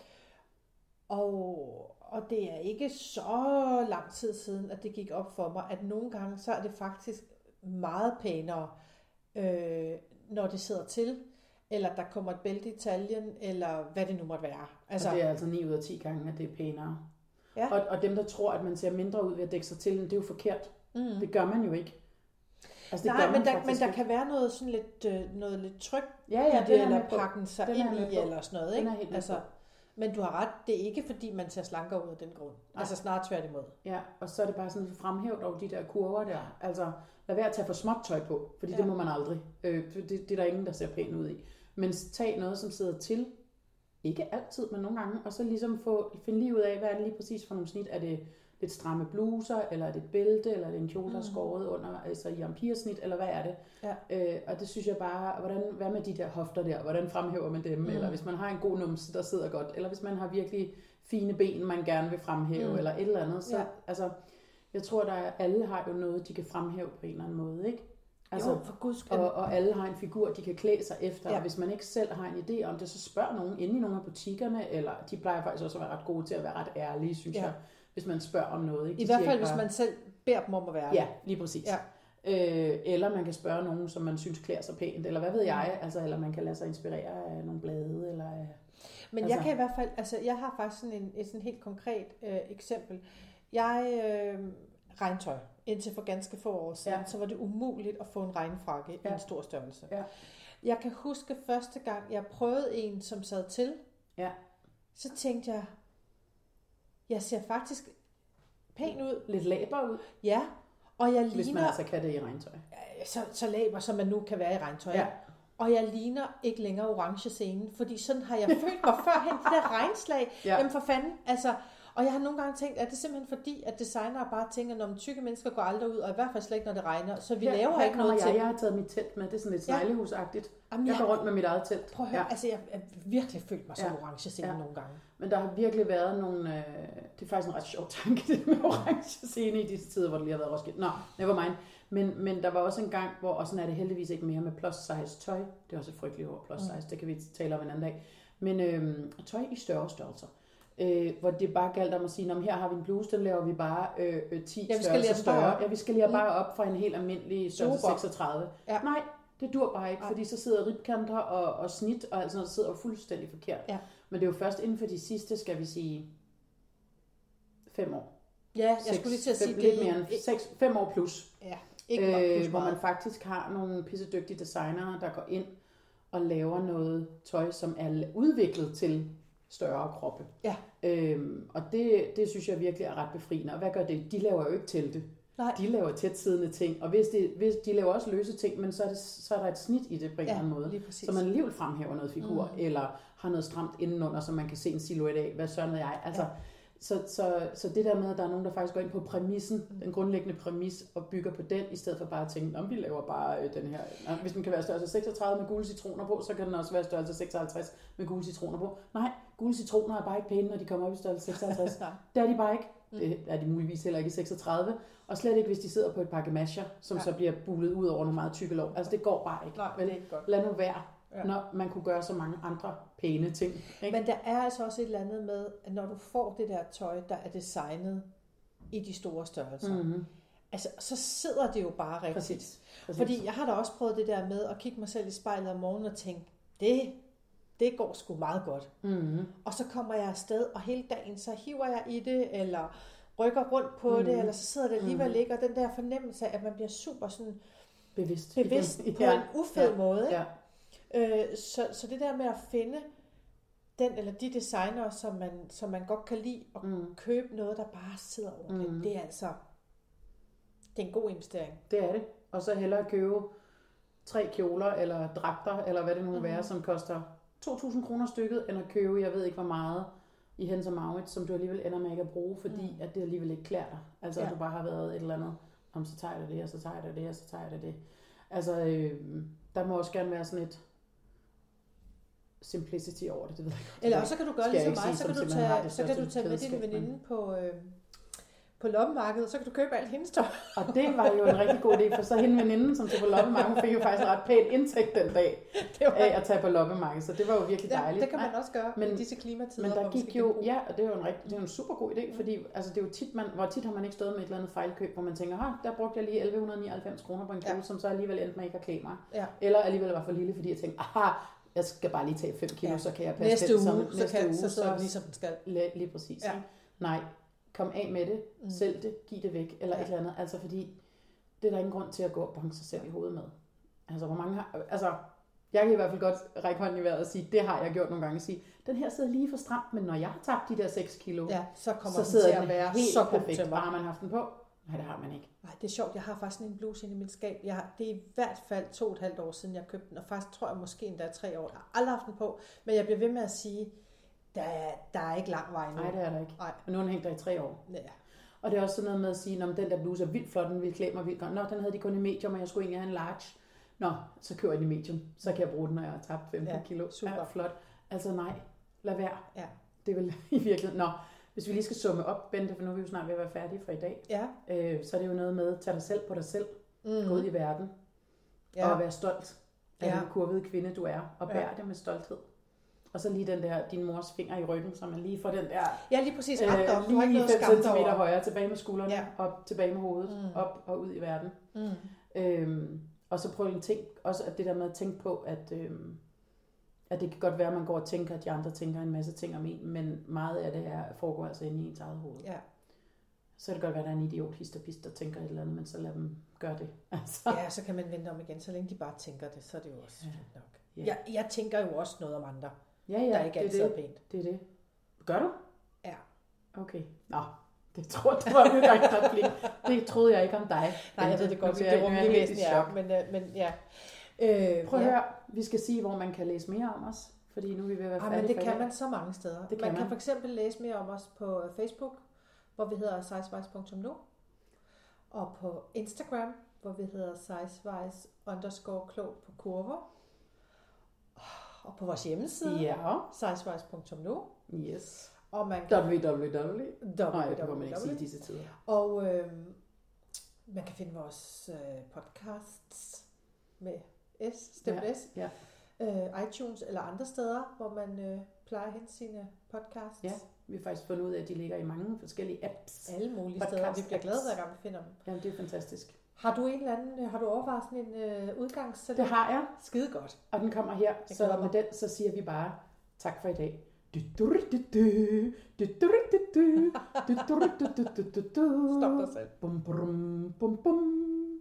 og Og det er ikke så lang tid siden, at det gik op for mig, at nogle gange, så er det faktisk meget pænere, øh, når det sidder til, eller der kommer et bælte i taljen, eller hvad det nu måtte være. Altså, og det er altså ni ud af ti gange, at det er pænere. Ja. Og, og dem, der tror, at man ser mindre ud ved at dække sig til, det er jo forkert. Mm. Det gør man jo ikke. Altså, det Nej, men der, men der kan være noget sådan lidt, øh, noget lidt tryk ja, ja, i det, eller pakken sig ind i, eller sådan noget. Ikke? Altså, men du har ret, det er ikke fordi, man ser slankere ud af den grund. Nej. Altså snart tværtimod. Ja, og så er det bare sådan, at fremhæve dog de der kurver der. Altså, lad være at tage for småt tøj på, fordi ja. det må man aldrig. Øh, det, det er der ingen, der ser pænt ud i. Men tag noget, som sidder til. Ikke altid, men nogle gange. Og så ligesom få, finde lige ud af, hvad er det lige præcis for nogle snit. Er det lidt stramme bluser, eller er det et bælte, eller er det en kjole, der er skåret under, altså i ampirsnit, eller hvad er det? Ja. Øh, og det synes jeg bare, hvordan, hvad med de der hofter der, hvordan fremhæver man dem? Mm. Eller hvis man har en god numse, der sidder godt, eller hvis man har virkelig fine ben, man gerne vil fremhæve, mm. eller et eller andet. Så, ja. altså, jeg tror, at alle har jo noget, de kan fremhæve på en eller anden måde, ikke? Altså, jo, for guds og, og alle har en figur, de kan klæde sig efter, ja. Og hvis man ikke selv har en idé om det, så spørg nogen inde i nogle af butikkerne, eller de plejer faktisk også at være ret gode til at være ret ærlige, synes ja. jeg, hvis man spørger om noget. Ikke? I hvert fald, bare, hvis man selv beder dem om at være ja, lige præcis. Ja. Øh, eller man kan spørge nogen, som man synes klæder sig pænt, eller hvad ved jeg, altså, eller man kan lade sig inspirere af nogle blade, eller af, men altså, jeg kan i hvert fald, altså jeg har faktisk sådan en, et sådan helt konkret øh, eksempel. Jeg øh, regntøj. Indtil for ganske få år siden, ja. så var det umuligt at få en regnfrakke ja. i en stor størrelse. Ja. Jeg kan huske første gang, jeg prøvede en, som sad til, ja. så tænkte jeg, jeg ser faktisk pæn ud. Lidt laber ud. Ja, og jeg ligner... Hvis man altså kan det i regntøj. Så, så laber, som man nu kan være i regntøj. Ja. Og jeg ligner ikke længere orange scenen, fordi sådan har jeg følt mig førhen, det der regnslag. Ja. Jamen for fanden, altså... Og jeg har nogle gange tænkt, at det er simpelthen fordi, at designere bare tænker, når tykke mennesker går aldrig ud, og i hvert fald slet ikke, når det regner. Så vi ja, laver ikke noget jeg. til... Jeg har taget mit telt med, det er sådan lidt sneglehusagtigt. Ja. Jeg går rundt med mit eget telt. Prøv at høre, ja. altså jeg har virkelig følt mig som ja. orange scene ja. nogle gange. Men der har virkelig været nogle... Øh, det er faktisk en ret sjov tanke, det med orange scene i disse tider, hvor det lige har været Roskilde. Nå, never mind. Men, men der var også en gang, hvor, og sådan er det heldigvis ikke mere med plus size tøj. Det er også et frygteligt ord, plus size, mm. det kan vi tale om en anden dag. Men øh, tøj i større størrelser. Øh, hvor det bare galt om at sige, her har vi en bluse, den laver vi bare øh, ti ja, størrelser større. Ja, vi skal lige bare op fra en helt almindelig størrelse seksogtredive. Ja. Nej, det dur bare ikke, fordi så sidder ribkanter og, og snit og alt sådan noget, der sidder jo fuldstændig forkert. Ja. Men det er jo først inden for de sidste, skal vi sige, fem år. Ja, jeg seks, skulle lige til at sige fem, lidt mere end seks, fem år plus. Ja, ikke øh, plus hvor man faktisk har nogle pissedygtige designere, der går ind og laver noget tøj, som er udviklet til større kroppe. Ja. Øhm, og det, det synes jeg virkelig er ret befriende. Og hvad gør det? De laver jo ikke telte. Nej. De laver tætsiddende ting. Og hvis, det, hvis de laver også løse ting, men så er, det, så er der et snit i det på en ja, eller anden måde. Så man alligevel fremhæver noget figur, mm. eller har noget stramt indenunder, så man kan se en silhuet af, hvad sådan jeg. Altså, ja. så, så, så det der med, at der er nogen, der faktisk går ind på præmissen, mm. den grundlæggende præmis, og bygger på den, i stedet for bare at tænke, om vi laver bare øh, den her. Hvis den kan være størrelse seksogtredive med gule citroner på, så kan den også være størrelse seksoghalvtreds med gule citroner på. Nej, gule citroner er bare ikke pæne, når de kommer op i størrelse seksoghalvtreds. Det er de bare ikke. Det er de muligvis heller ikke i seksogtredive. Og slet ikke, hvis de sidder på et pakke masher, som ja. så bliver bulet ud over nogle meget tykke lov. Altså, det går bare ikke. Nej, det er ikke godt. Lad nu være, ja. når man kunne gøre så mange andre pæne ting. Ikke? Men der er altså også et eller andet med, at når du får det der tøj, der er designet i de store størrelser, mm-hmm. altså, så sidder det jo bare rigtigt. Præcis. Præcis. Fordi jeg har da også prøvet det der med at kigge mig selv i spejlet om morgenen og tænke, det det går sgu meget godt. Mm-hmm. Og så kommer jeg afsted, og hele dagen, så hiver jeg i det, eller rykker rundt på mm-hmm. det, eller så sidder det alligevel mm-hmm. ikke, og den der fornemmelse af, at man bliver super sådan bevidst, bevidst på ja. en ufed ja. måde. Ikke? Ja. Øh, så, så det der med at finde den eller de designer, som man, som man godt kan lide, og mm. købe noget, der bare sidder ordentligt, mm. det er altså det er en god investering. Det er det. Og så hellere købe tre kjoler, eller dragter, eller hvad det nu må mm-hmm. være, som koster to tusind kroner stykket, end at købe, jeg ved ikke hvor meget, i Hennes og Mauritz, som du alligevel ender med ikke at bruge, fordi mm. at det alligevel ikke klæder dig. Altså ja. at du bare har været et eller andet, om så tager jeg det, og så tager jeg det, og så tager jeg det. Altså, øh, der må også gerne være sådan et simplicity over det, det ved jeg ikke. Eller også så kan du gøre ligesom mig, så kan du tage, så kan du tage med din veninde på... Øh, på loppemarkedet, så kan du købe alt hendes tøj. Og det var jo en rigtig god idé, for så hende veninden, som tog på loppemarkedet, fik jo faktisk en ret pæn indtægt den dag det var... af at tage på loppemarkedet, så det var jo virkelig dejligt. Ja, det kan man også gøre men, i disse klimatider. Men der gik jo, ja, og det er jo en, rigtig, det er en super god idé, fordi altså, det er jo tit, man, hvor tit har man ikke stået med et eller andet fejlkøb, hvor man tænker, der brugte jeg lige elleve nioghalvfems kroner på en kjole, ja. som så alligevel endte med ikke at klæde mig. Ja. Eller alligevel var for lille, fordi jeg tænkte, aha, jeg skal bare lige tage fem kilo, Ja. så kan jeg passe Næste den uge, som, så, næste kan, uge, så sidder den ligesom den skal. Lige, lige præcis. Ja. Ja. Nej, kom af med det, Mm. sælg det, giv det væk, eller Ja. ja. et eller andet. Altså fordi, det er der ingen grund til at gå og banke sig selv i hovedet med. Altså hvor mange har, altså jeg kan i hvert fald godt række hånden i vejret og sige, det har jeg gjort nogle gange, at sige, den her sidder lige for stramt, men når jeg har tabt de der seks kilo, Ja, så kommer så den sidder til den at være helt så god perfekt. til mig. Har man haft den på? Nej, det har man ikke. Nej, det er sjovt. Jeg har faktisk sådan en bluse inde i mit skab. Jeg har, det er i hvert fald to og et halvt år siden, jeg købte den. Og faktisk tror jeg måske endda tre år. Jeg har aldrig haft den på. Men jeg bliver ved med at sige, der er, der er ikke lang vej nu. Nej, det er der ikke. Nej. Og nu har den hængt der i tre år. Ja. Og det er også sådan noget med at sige, at den der bluse er vildt flot, den ville klæde mig vildt godt. Nå, den havde de kun i medium, og jeg skulle egentlig have en large. Nå, så køber jeg den i medium. Så kan jeg bruge den, når jeg har tabt femten Ja, kilo. super. Ja, flot. Altså nej, lad være. Ja. Det vil i virkeligheden. Nå, hvis vi lige skal summe op, Bente, for nu er vi jo snart ved at være færdige for i dag. Ja. Øh, så er det jo noget med, tag dig selv på dig selv. Mm. Gå ud i verden. Ja. Og være stolt af Ja. den kurvede kvinde, du er. Og bær Ja. det med stolthed. Og så lige den der, din mors finger i ryggen, så man lige får den der Ja, lige præcis. Øh, du har ikke lige noget fem skam centimeter derovre. højere, tilbage med skuldrene, Ja. op, tilbage med hovedet, Mm. mm. op og ud i verden. Mm. Øhm, og så prøv en ting, også at det der med at tænke på, at, øhm, at det kan godt være, at man går og tænker, at de andre tænker en masse ting om en, men meget af det er, foregår altså inde i ens eget hoved. Ja. Så kan det godt være, at der er en idiot, hist og pist, der tænker et eller andet, men så lad dem gøre det. Altså. Ja, så kan man vente om igen. Så længe de bare tænker det, så er det jo også Ja. fint nok. Ja. Jeg, jeg tænker jo også noget om andre, Ja, ja, der ikke det altid er er det. pænt. Det er det. Gør du? Ja. Okay. Nå, det tror jeg, det var en udgangsreplik. Det troede jeg ikke om dig. Nej, jeg ved det godt, Nu det er er jeg- nu er jeg rummelig helt i væsen, ja. chok. Men, øh, men ja. Øh, Prøv at ja. høre, vi skal sige, hvor man kan læse mere om os, fordi nu er vi ved at være Ah, færdige men det for i kan dag. man så mange steder. Det kan man kan man. for eksempel læse mere om os på Facebook, hvor vi hedder sizewise punktum nu, og på Instagram, hvor vi hedder sizewise underscore klog på kurver, og på vores hjemmeside, Ja, sizewise punktum nu, yes. og man kan www. Nej, det må man ikke sige i www. disse tider. Og øh, man kan finde vores øh, podcasts med S, stemt Ja, S, ja. øh, iTunes eller andre steder, hvor man øh, plejer at hente sine podcasts. Ja, vi har faktisk fundet ud af, at de ligger i mange forskellige apps. Alle mulige Podcast steder. Vi bliver glade, apps. hver gang vi finder dem. Jamen, det er fantastisk. Har du en eller anden, øh, har du overvejet sådan en øh, udgangs? Det har jeg, Skide godt. og den kommer her. Jeg Så glæder med mig. den, så siger vi bare tak for i dag. Du, du, du, du, du, du, du, du, du, du, du, du, du, du, du, du. Stop dig selv. Bum, bum, bum, bum.